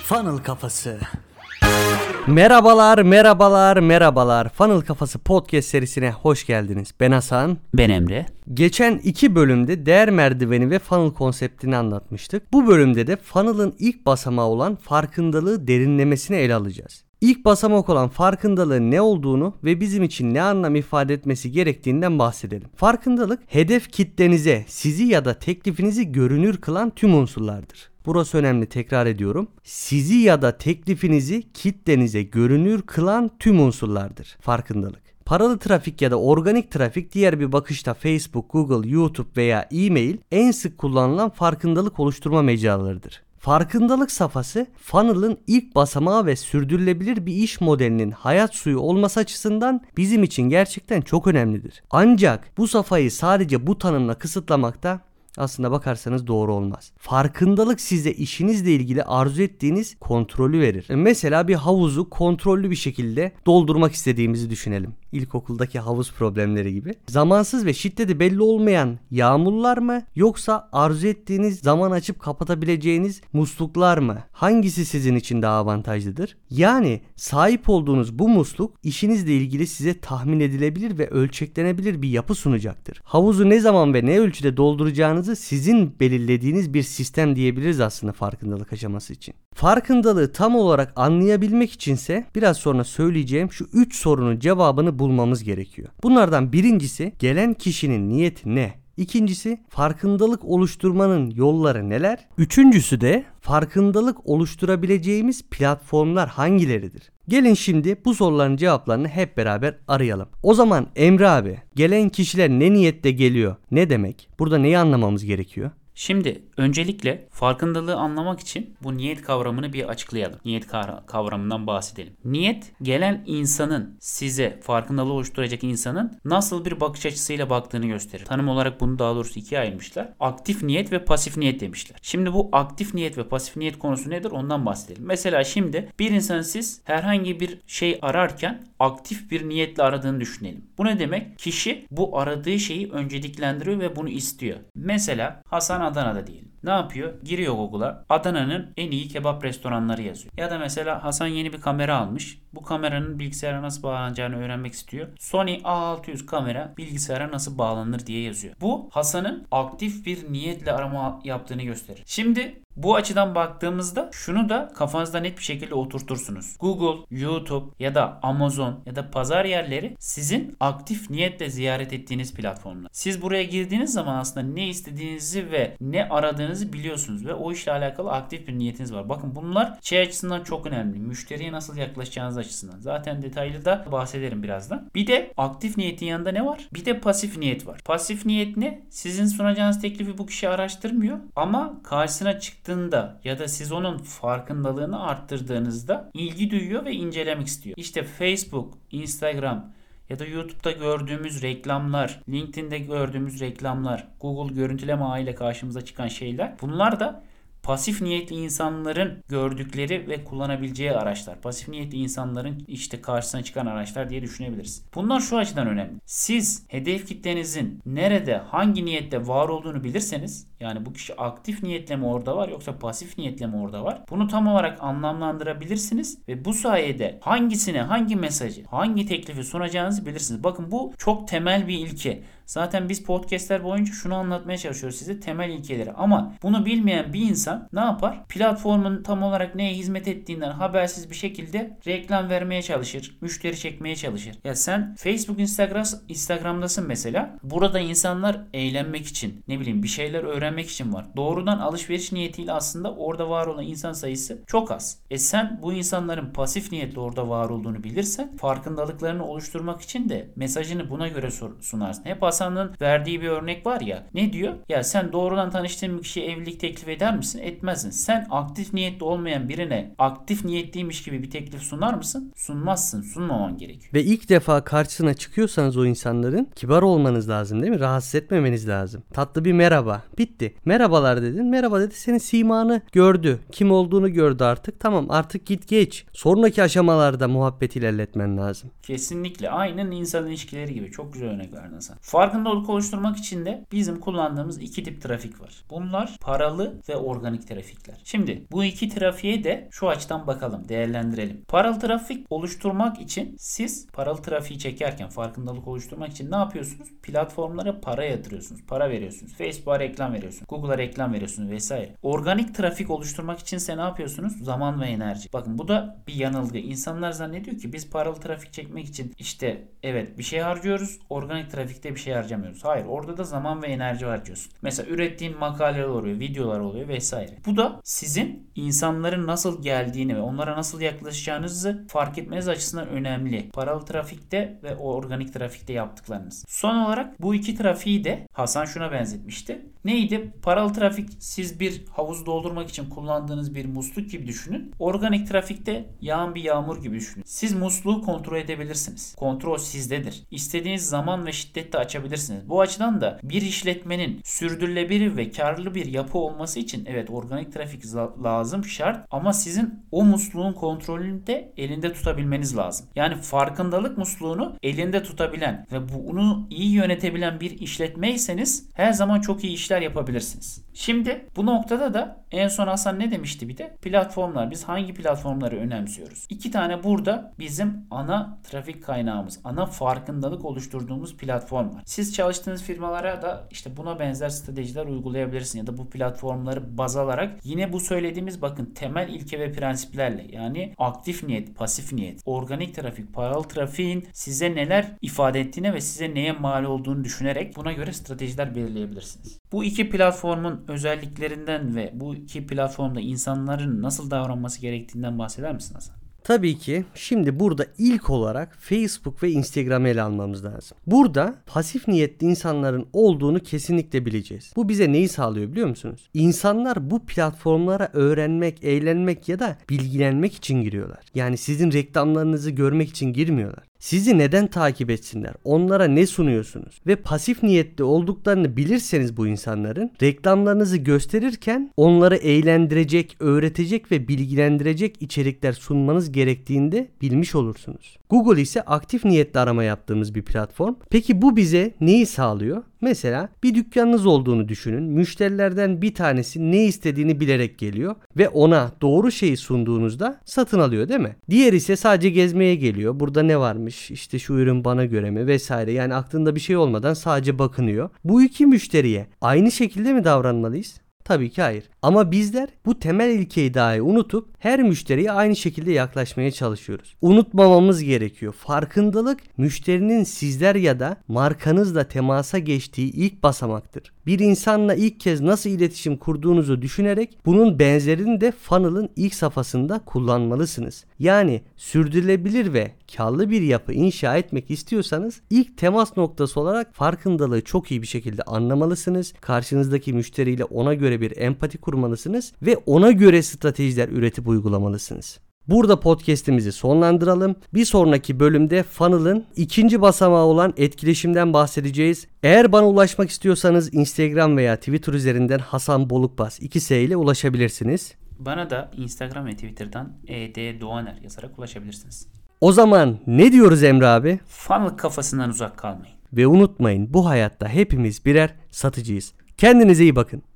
Funnel Kafası. Merhabalar. Funnel Kafası podcast serisine hoş geldiniz. Ben Hasan. Ben Emre. Geçen 2 bölümde değer merdiveni ve funnel konseptini anlatmıştık. Bu bölümde de funnel'ın ilk basamağı olan farkındalığı derinlemesine ele alacağız. İlk basamak olan farkındalığın ne olduğunu ve bizim için ne anlam ifade etmesi gerektiğinden bahsedelim. Farkındalık, hedef kitlenize, sizi ya da teklifinizi görünür kılan tüm unsurlardır. Burası önemli, tekrar ediyorum. Sizi ya da teklifinizi kitlenize görünür kılan tüm unsurlardır farkındalık. Paralı trafik ya da organik trafik, diğer bir bakışta Facebook, Google, YouTube veya e-mail en sık kullanılan farkındalık oluşturma mecralarıdır. Farkındalık safhası, funnel'ın ilk basamağı ve sürdürülebilir bir iş modelinin hayat suyu olması açısından bizim için gerçekten çok önemlidir. Ancak bu safhayı sadece bu tanımla kısıtlamakta aslında bakarsanız doğru olmaz. Farkındalık size işinizle ilgili arzu ettiğiniz kontrolü verir. Mesela bir havuzu kontrollü bir şekilde doldurmak istediğimizi düşünelim. İlkokuldaki havuz problemleri gibi. Zamansız ve şiddeti belli olmayan yağmurlar mı, yoksa arzu ettiğiniz zaman açıp kapatabileceğiniz musluklar mı? Hangisi sizin için daha avantajlıdır? Yani sahip olduğunuz bu musluk işinizle ilgili size tahmin edilebilir ve ölçeklenebilir bir yapı sunacaktır. Havuzu ne zaman ve ne ölçüde dolduracağınızı sizin belirlediğiniz bir sistem diyebiliriz aslında farkındalık aşaması için. Farkındalığı tam olarak anlayabilmek içinse biraz sonra söyleyeceğim şu 3 sorunun cevabını bulmamız gerekiyor. Bunlardan birincisi, gelen kişinin niyeti ne? İkincisi, farkındalık oluşturmanın yolları neler? Üçüncüsü de farkındalık oluşturabileceğimiz platformlar hangileridir? Gelin şimdi bu soruların cevaplarını hep beraber arayalım. O zaman Emre abi, gelen kişiler ne niyetle geliyor? Ne demek? Burada neyi anlamamız gerekiyor? Şimdi öncelikle farkındalığı anlamak için bu niyet kavramını bir açıklayalım. Niyet kavramından bahsedelim. Niyet, gelen insanın, size farkındalığı oluşturacak insanın nasıl bir bakış açısıyla baktığını gösterir. Tanım olarak bunu daha doğrusu ikiye ayırmışlar. Aktif niyet ve pasif niyet demişler. Şimdi bu aktif niyet ve pasif niyet konusu nedir? Ondan bahsedelim. Mesela şimdi bir insan, siz herhangi bir şey ararken aktif bir niyetle aradığını düşünelim. Bu ne demek? Kişi bu aradığı şeyi önceliklendiriyor ve bunu istiyor. Mesela Hasan Adana'da diyelim. Ne yapıyor? Giriyor Google'a. Adana'nın en iyi kebap restoranları yazıyor. Ya da mesela Hasan yeni bir kamera almış. Bu kameranın bilgisayara nasıl bağlanacağını öğrenmek istiyor. Sony A600 kamera bilgisayara nasıl bağlanır diye yazıyor. Bu Hasan'ın aktif bir niyetle arama yaptığını gösterir. Şimdi bu açıdan baktığımızda şunu da kafanızda net bir şekilde oturtursunuz. Google, YouTube ya da Amazon ya da pazar yerleri sizin aktif niyetle ziyaret ettiğiniz platformlar. Siz buraya girdiğiniz zaman aslında ne istediğinizi ve ne aradığınızı biliyorsunuz ve o işle alakalı aktif bir niyetiniz var. Bakın bunlar şey açısından çok önemli. Müşteriye nasıl yaklaşacağınız açısından. Zaten detaylı da bahsederim birazdan. Bir de aktif niyetin yanında ne var? Bir de pasif niyet var. Pasif niyet ne? Sizin sunacağınız teklifi bu kişi araştırmıyor ama karşısına çıktığında ya da siz onun farkındalığını arttırdığınızda ilgi duyuyor ve incelemek istiyor. İşte Facebook, Instagram ya da YouTube'da gördüğümüz reklamlar, LinkedIn'de gördüğümüz reklamlar, Google görüntüleme ağıyla karşımıza çıkan şeyler, bunlar da pasif niyetli insanların gördükleri ve kullanabileceği araçlar. Pasif niyetli insanların işte karşısına çıkan araçlar diye düşünebiliriz. Bunlar şu açıdan önemli. Siz hedef kitlenizin nerede, hangi niyette var olduğunu bilirseniz, yani bu kişi aktif niyetle mi orada var yoksa pasif niyetle mi orada var, bunu tam olarak anlamlandırabilirsiniz ve bu sayede hangisine, hangi mesajı, hangi teklifi sunacağınızı bilirsiniz. Bakın bu çok temel bir ilke. Zaten biz podcastler boyunca şunu anlatmaya çalışıyoruz size, temel ilkeleri. Ama bunu bilmeyen bir insan ne yapar? Platformun tam olarak neye hizmet ettiğinden habersiz bir şekilde reklam vermeye çalışır. Müşteri çekmeye çalışır. Ya sen Facebook, Instagram'dasın mesela. Burada insanlar eğlenmek için, ne bileyim bir şeyler öğrenmek için var. Doğrudan alışveriş niyetiyle aslında orada var olan insan sayısı çok az. Sen bu insanların pasif niyetle orada var olduğunu bilirsen farkındalıklarını oluşturmak için de mesajını buna göre sunarsın. Hep Hasan'ın verdiği bir örnek var ya. Ne diyor? Ya sen doğrudan tanıştığın bir kişiye evlilik teklif eder misin? Etmezsin. Sen aktif niyetli olmayan birine aktif niyetliymiş gibi bir teklif sunar mısın? Sunmazsın. Sunmaman gerekiyor. Ve ilk defa karşısına çıkıyorsanız o insanların kibar olmanız lazım, değil mi? Rahatsız etmemeniz lazım. Tatlı bir merhaba. Bitti. Merhabalar dedin. Merhaba dedi. Senin simanı gördü. Kim olduğunu gördü artık. Tamam, artık git geç. Sonraki aşamalarda muhabbet ilerletmen lazım. Kesinlikle. Aynen insan ilişkileri gibi. Çok güzel örnek verdin sen. Fark Farkındalık oluşturmak için de bizim kullandığımız iki tip trafik var. Bunlar paralı ve organik trafikler. Şimdi bu iki trafiğe de şu açıdan bakalım, değerlendirelim. Paralı trafik oluşturmak için siz paralı trafiği çekerken farkındalık oluşturmak için ne yapıyorsunuz? Platformlara para yatırıyorsunuz, para veriyorsunuz. Facebook'a reklam veriyorsunuz, Google'a reklam veriyorsunuz vesaire. Organik trafik oluşturmak içinse ne yapıyorsunuz? Zaman ve enerji. Bakın bu da bir yanılgı. İnsanlar zannediyor ki biz paralı trafik çekmek için işte evet bir şey harcıyoruz. Organik trafikte bir şey harcamıyoruz. Hayır, orada da zaman ve enerji harcıyorsun. Mesela ürettiğin makaleler oluyor, videolar oluyor vesaire. Bu da sizin insanların nasıl geldiğini ve onlara nasıl yaklaşacağınızı fark etmeniz açısından önemli. Paralı trafikte ve o organik trafikte yaptıklarınız. Son olarak bu iki trafiği de Hasan şuna benzetmişti. Neydi? Paralı trafik siz bir havuz doldurmak için kullandığınız bir musluk gibi düşünün. Organik trafikte yağan bir yağmur gibi düşünün. Siz musluğu kontrol edebilirsiniz. Kontrol sizdedir. İstediğiniz zaman ve şiddette açabilirsiniz. Bu açıdan da bir işletmenin sürdürülebilir ve karlı bir yapı olması için evet organik trafik lazım, şart, ama sizin o musluğun kontrolünü de elinde tutabilmeniz lazım. Yani farkındalık musluğunu elinde tutabilen ve bunu iyi yönetebilen bir işletmeyseniz her zaman çok iyi işler yapabilirsiniz. Şimdi bu noktada da en son Hasan ne demişti bir de? Platformlar. Biz hangi platformları önemsiyoruz? İki tane burada bizim ana trafik kaynağımız, ana farkındalık oluşturduğumuz platform var. Siz çalıştığınız firmalara da işte buna benzer stratejiler uygulayabilirsiniz ya da bu platformları baz alarak yine bu söylediğimiz bakın temel ilke ve prensiplerle, yani aktif niyet, pasif niyet, organik trafik, paralı trafiğin size neler ifade ettiğine ve size neye mal olduğunu düşünerek buna göre stratejiler belirleyebilirsiniz. Bu iki platformun özelliklerinden ve bu iki platformda insanların nasıl davranması gerektiğinden bahseder misin Hasan? Tabii ki. Şimdi burada ilk olarak Facebook ve Instagram'ı ele almamız lazım. Burada pasif niyetli insanların olduğunu kesinlikle bileceğiz. Bu bize neyi sağlıyor biliyor musunuz? İnsanlar bu platformlara öğrenmek, eğlenmek ya da bilgilenmek için giriyorlar. Yani sizin reklamlarınızı görmek için girmiyorlar. Sizi neden takip etsinler? Onlara ne sunuyorsunuz? Ve pasif niyetli olduklarını bilirseniz bu insanların reklamlarınızı gösterirken onları eğlendirecek, öğretecek ve bilgilendirecek içerikler sunmanız gerektiğinde bilmiş olursunuz. Google ise aktif niyetli arama yaptığımız bir platform. Peki bu bize neyi sağlıyor? Mesela bir dükkanınız olduğunu düşünün. Müşterilerden bir tanesi ne istediğini bilerek geliyor ve ona doğru şeyi sunduğunuzda satın alıyor, değil mi? Diğer ise sadece gezmeye geliyor. Burada ne varmış? İşte şu ürün bana göre mi vesaire. Yani aklında bir şey olmadan sadece bakınıyor. Bu iki müşteriye aynı şekilde mi davranmalıyız? Tabii ki hayır. Ama bizler bu temel ilkeyi dahi unutup her müşteriye aynı şekilde yaklaşmaya çalışıyoruz. Unutmamamız gerekiyor. Farkındalık müşterinin sizler ya da markanızla temasa geçtiği ilk basamaktır. Bir insanla ilk kez nasıl iletişim kurduğunuzu düşünerek bunun benzerini de funnel'ın ilk safhasında kullanmalısınız. Yani sürdürülebilir ve karlı bir yapı inşa etmek istiyorsanız ilk temas noktası olarak farkındalığı çok iyi bir şekilde anlamalısınız. Karşınızdaki müşteriyle ona göre bir empati kurmalısınız ve ona göre stratejiler üretip uygulamalısınız. Burada podcast'imizi sonlandıralım. Bir sonraki bölümde funnel'ın ikinci basamağı olan etkileşimden bahsedeceğiz. Eğer bana ulaşmak istiyorsanız Instagram veya Twitter üzerinden Hasan Bolukbaz 2S ile ulaşabilirsiniz. Bana da Instagram ve Twitter'dan @doğaner yazarak ulaşabilirsiniz. O zaman ne diyoruz Emre abi? Funnel kafasından uzak kalmayın. Ve unutmayın, bu hayatta hepimiz birer satıcıyız. Kendinize iyi bakın.